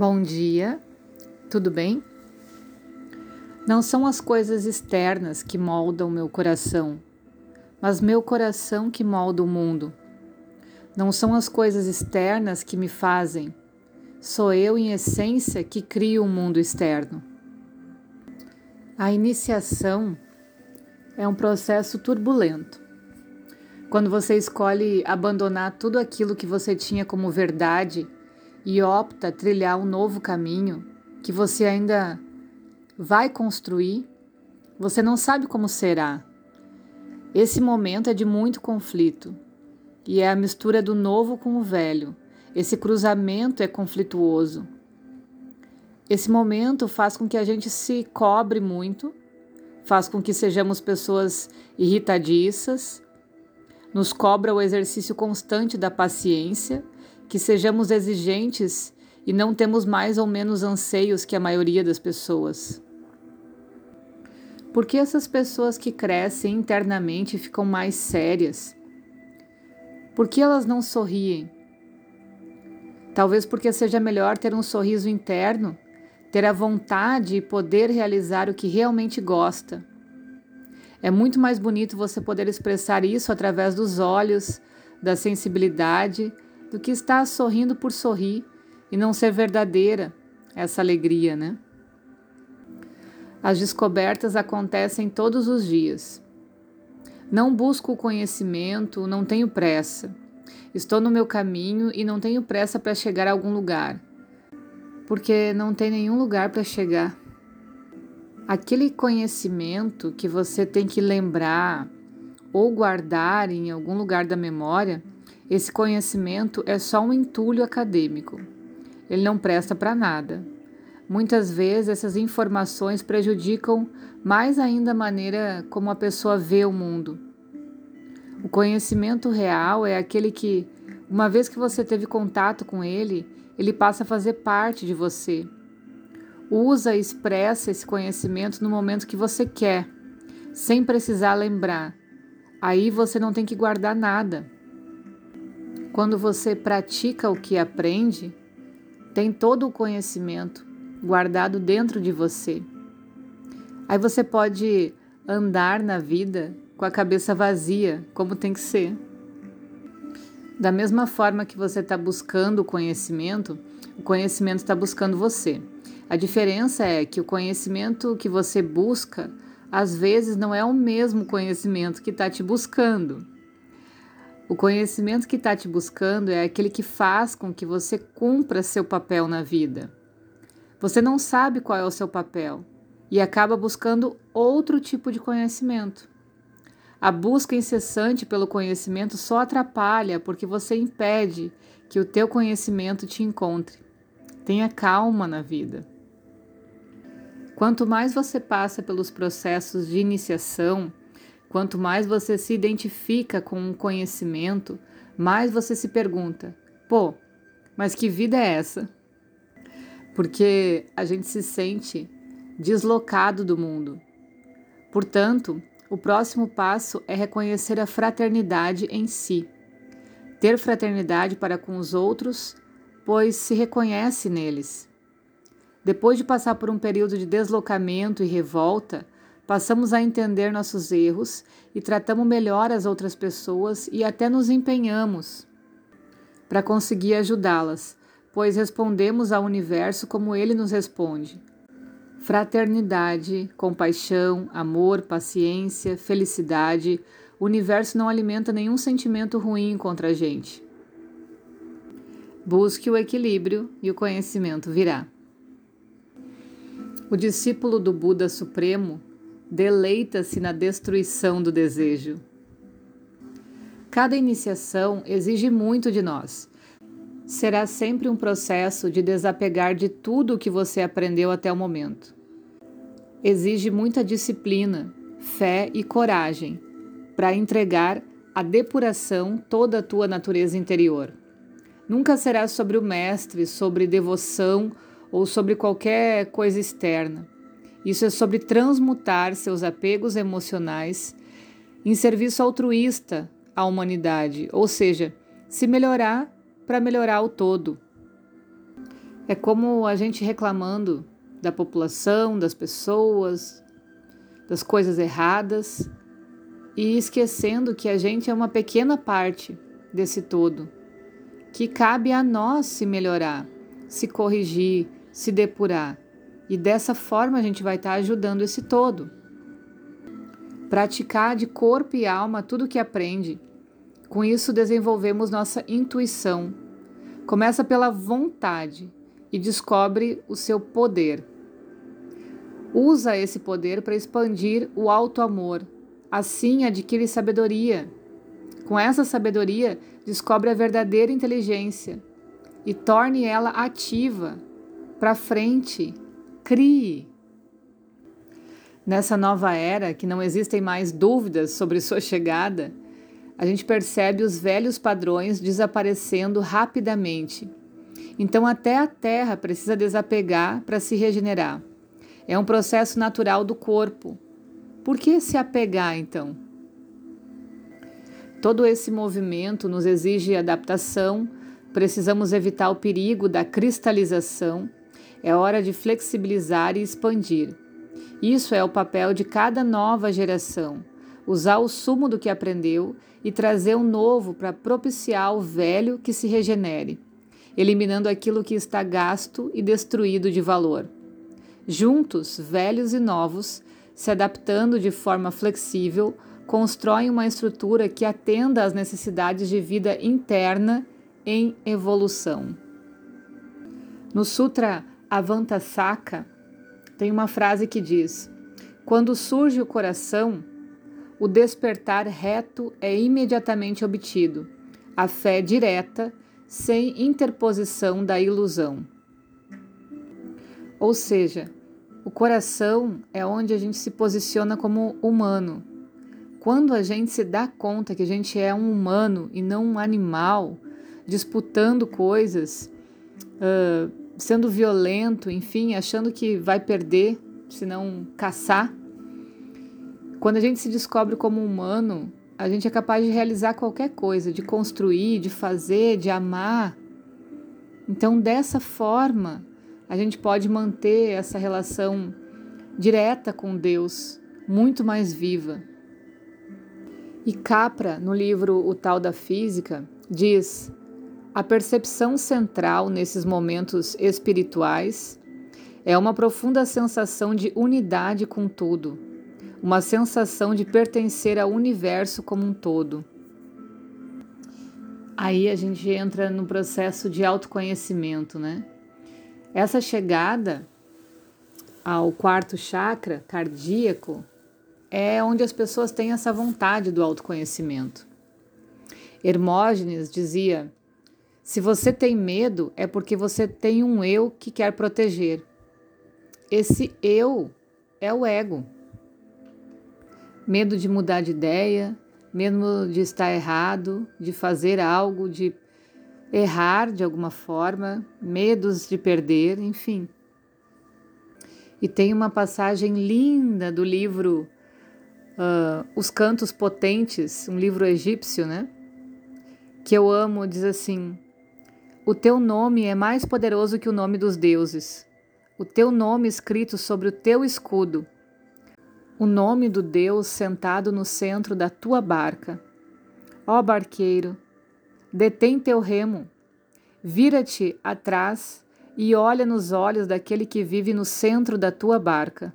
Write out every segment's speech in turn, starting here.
Bom dia, tudo bem? Não são as coisas externas que moldam meu coração, mas meu coração que molda o mundo. Não são as coisas externas que me fazem, sou eu em essência que crio um mundo externo. A iniciação é um processo turbulento. Quando você escolhe abandonar tudo aquilo que você tinha como verdade e opta trilhar um novo caminho que você ainda vai construir, você não sabe como será. Esse momento é de muito conflito e é a mistura do novo com o velho. Esse cruzamento é conflituoso. Esse momento faz com que a gente se cobre muito, faz com que sejamos pessoas irritadiças, nos cobra o exercício constante da paciência, que sejamos exigentes e não temos mais ou menos anseios que a maioria das pessoas. Por que essas pessoas que crescem internamente ficam mais sérias? Por que elas não sorriem? Talvez porque seja melhor ter um sorriso interno, ter a vontade e poder realizar o que realmente gosta. É muito mais bonito você poder expressar isso através dos olhos, da sensibilidade, do que estar sorrindo por sorrir e não ser verdadeira essa alegria, né? As descobertas acontecem todos os dias. Não busco o conhecimento, não tenho pressa. Estou no meu caminho e não tenho pressa para chegar a algum lugar, porque não tem nenhum lugar para chegar. Aquele conhecimento que você tem que lembrar ou guardar em algum lugar da memória, esse conhecimento é só um entulho acadêmico. Ele não presta para nada. Muitas vezes essas informações prejudicam mais ainda a maneira como a pessoa vê o mundo. O conhecimento real é aquele que, uma vez que você teve contato com ele, ele passa a fazer parte de você. Usa e expressa esse conhecimento no momento que você quer, sem precisar lembrar. Aí você não tem que guardar nada. Quando você pratica o que aprende, tem todo o conhecimento guardado dentro de você. Aí você pode andar na vida com a cabeça vazia, como tem que ser. Da mesma forma que você está buscando o conhecimento está buscando você. A diferença é que o conhecimento que você busca, às vezes, não é o mesmo conhecimento que está te buscando. O conhecimento que está te buscando é aquele que faz com que você cumpra seu papel na vida. Você não sabe qual é o seu papel e acaba buscando outro tipo de conhecimento. A busca incessante pelo conhecimento só atrapalha porque você impede que o teu conhecimento te encontre. Tenha calma na vida. Quanto mais você passa pelos processos de iniciação, quanto mais você se identifica com um conhecimento, mais você se pergunta: pô, mas que vida é essa? Porque a gente se sente deslocado do mundo. Portanto, o próximo passo é reconhecer a fraternidade em si. Ter fraternidade para com os outros, pois se reconhece neles. Depois de passar por um período de deslocamento e revolta, passamos a entender nossos erros e tratamos melhor as outras pessoas e até nos empenhamos para conseguir ajudá-las, pois respondemos ao universo como ele nos responde. Fraternidade, compaixão, amor, paciência, felicidade. O universo não alimenta nenhum sentimento ruim contra a gente. Busque o equilíbrio e o conhecimento virá. O discípulo do Buda Supremo deleita-se na destruição do desejo. Cada iniciação exige muito de nós. Será sempre um processo de desapegar de tudo o que você aprendeu até o momento. Exige muita disciplina, fé e coragem para entregar à depuração toda a tua natureza interior. Nunca será sobre o mestre, sobre devoção ou sobre qualquer coisa externa. Isso é sobre transmutar seus apegos emocionais em serviço altruísta à humanidade, ou seja, se melhorar para melhorar o todo. É como a gente reclamando da população, das pessoas, das coisas erradas e esquecendo que a gente é uma pequena parte desse todo, que cabe a nós se melhorar, se corrigir, se depurar. E dessa forma a gente vai estar ajudando esse todo. Praticar de corpo e alma tudo o que aprende. Com isso desenvolvemos nossa intuição. Começa pela vontade e descobre o seu poder. Usa esse poder para expandir o auto-amor. Assim adquire sabedoria. Com essa sabedoria, descobre a verdadeira inteligência e torne ela ativa. Para frente, crie. Nessa nova era, que não existem mais dúvidas sobre sua chegada, a gente percebe os velhos padrões desaparecendo rapidamente. Então até a Terra precisa desapegar para se regenerar. É um processo natural do corpo. Por que se apegar, então? Todo esse movimento nos exige adaptação, precisamos evitar o perigo da cristalização, é hora de flexibilizar e expandir. Isso é o papel de cada nova geração, usar o sumo do que aprendeu e trazer um novo para propiciar o velho que se regenere, eliminando aquilo que está gasto e destruído de valor. Juntos, velhos e novos, se adaptando de forma flexível, constroem uma estrutura que atenda às necessidades de vida interna em evolução. No Sutra Avantasaka, tem uma frase que diz: quando surge o coração, o despertar reto é imediatamente obtido, a fé direta, sem interposição da ilusão. Ou seja, o coração é onde a gente se posiciona como humano. Quando a gente se dá conta que a gente é um humano e não um animal, disputando coisas, sendo violento, enfim, achando que vai perder se não caçar. Quando a gente se descobre como humano, a gente é capaz de realizar qualquer coisa, de construir, de fazer, de amar. Então, dessa forma, a gente pode manter essa relação direta com Deus, muito mais viva. E Capra, no livro O Tal da Física, diz: a percepção central nesses momentos espirituais é uma profunda sensação de unidade com tudo, uma sensação de pertencer ao universo como um todo. Aí a gente entra no processo de autoconhecimento, né? Essa chegada ao quarto chakra cardíaco é onde as pessoas têm essa vontade do autoconhecimento. Hermógenes dizia: se você tem medo, é porque você tem um eu que quer proteger. Esse eu é o ego. Medo de mudar de ideia, medo de estar errado, de fazer algo, de errar de alguma forma, medos de perder, enfim. E tem uma passagem linda do livro Os Cantos Potentes, um livro egípcio, né? Que eu amo, diz assim: o teu nome é mais poderoso que o nome dos deuses. O teu nome escrito sobre o teu escudo. O nome do Deus sentado no centro da tua barca. Ó barqueiro, detém teu remo, vira-te atrás e olha nos olhos daquele que vive no centro da tua barca.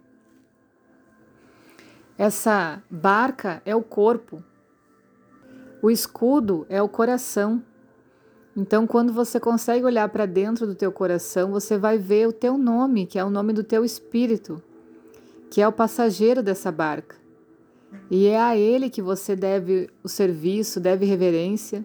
Essa barca é o corpo. O escudo é o coração. Então, quando você consegue olhar para dentro do teu coração, você vai ver o teu nome, que é o nome do teu espírito, que é o passageiro dessa barca. E é a ele que você deve o serviço, deve reverência.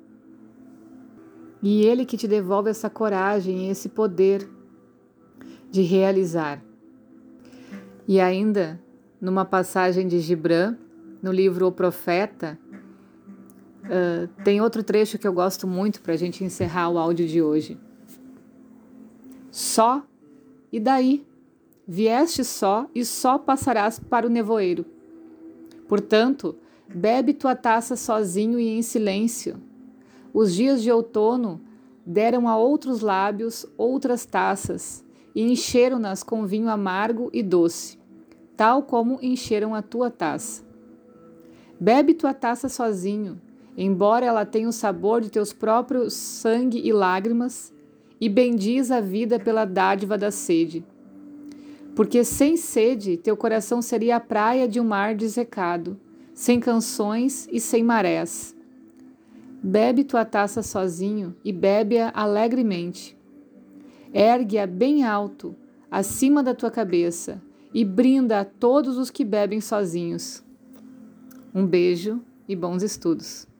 E ele que te devolve essa coragem e esse poder de realizar. E ainda, numa passagem de Gibran, no livro O Profeta, tem outro trecho que eu gosto muito para a gente encerrar o áudio de hoje. Só, e daí? Vieste só e só passarás para o nevoeiro. Portanto, bebe tua taça sozinho e em silêncio. Os dias de outono deram a outros lábios outras taças e encheram-nas com vinho amargo e doce, tal como encheram a tua taça. Bebe tua taça sozinho, embora ela tenha o sabor de teus próprios sangue e lágrimas, e bendiz a vida pela dádiva da sede. Porque sem sede teu coração seria a praia de um mar dessecado, sem canções e sem marés. Bebe tua taça sozinho e bebe-a alegremente. Ergue-a bem alto, acima da tua cabeça, e brinda a todos os que bebem sozinhos. Um beijo e bons estudos.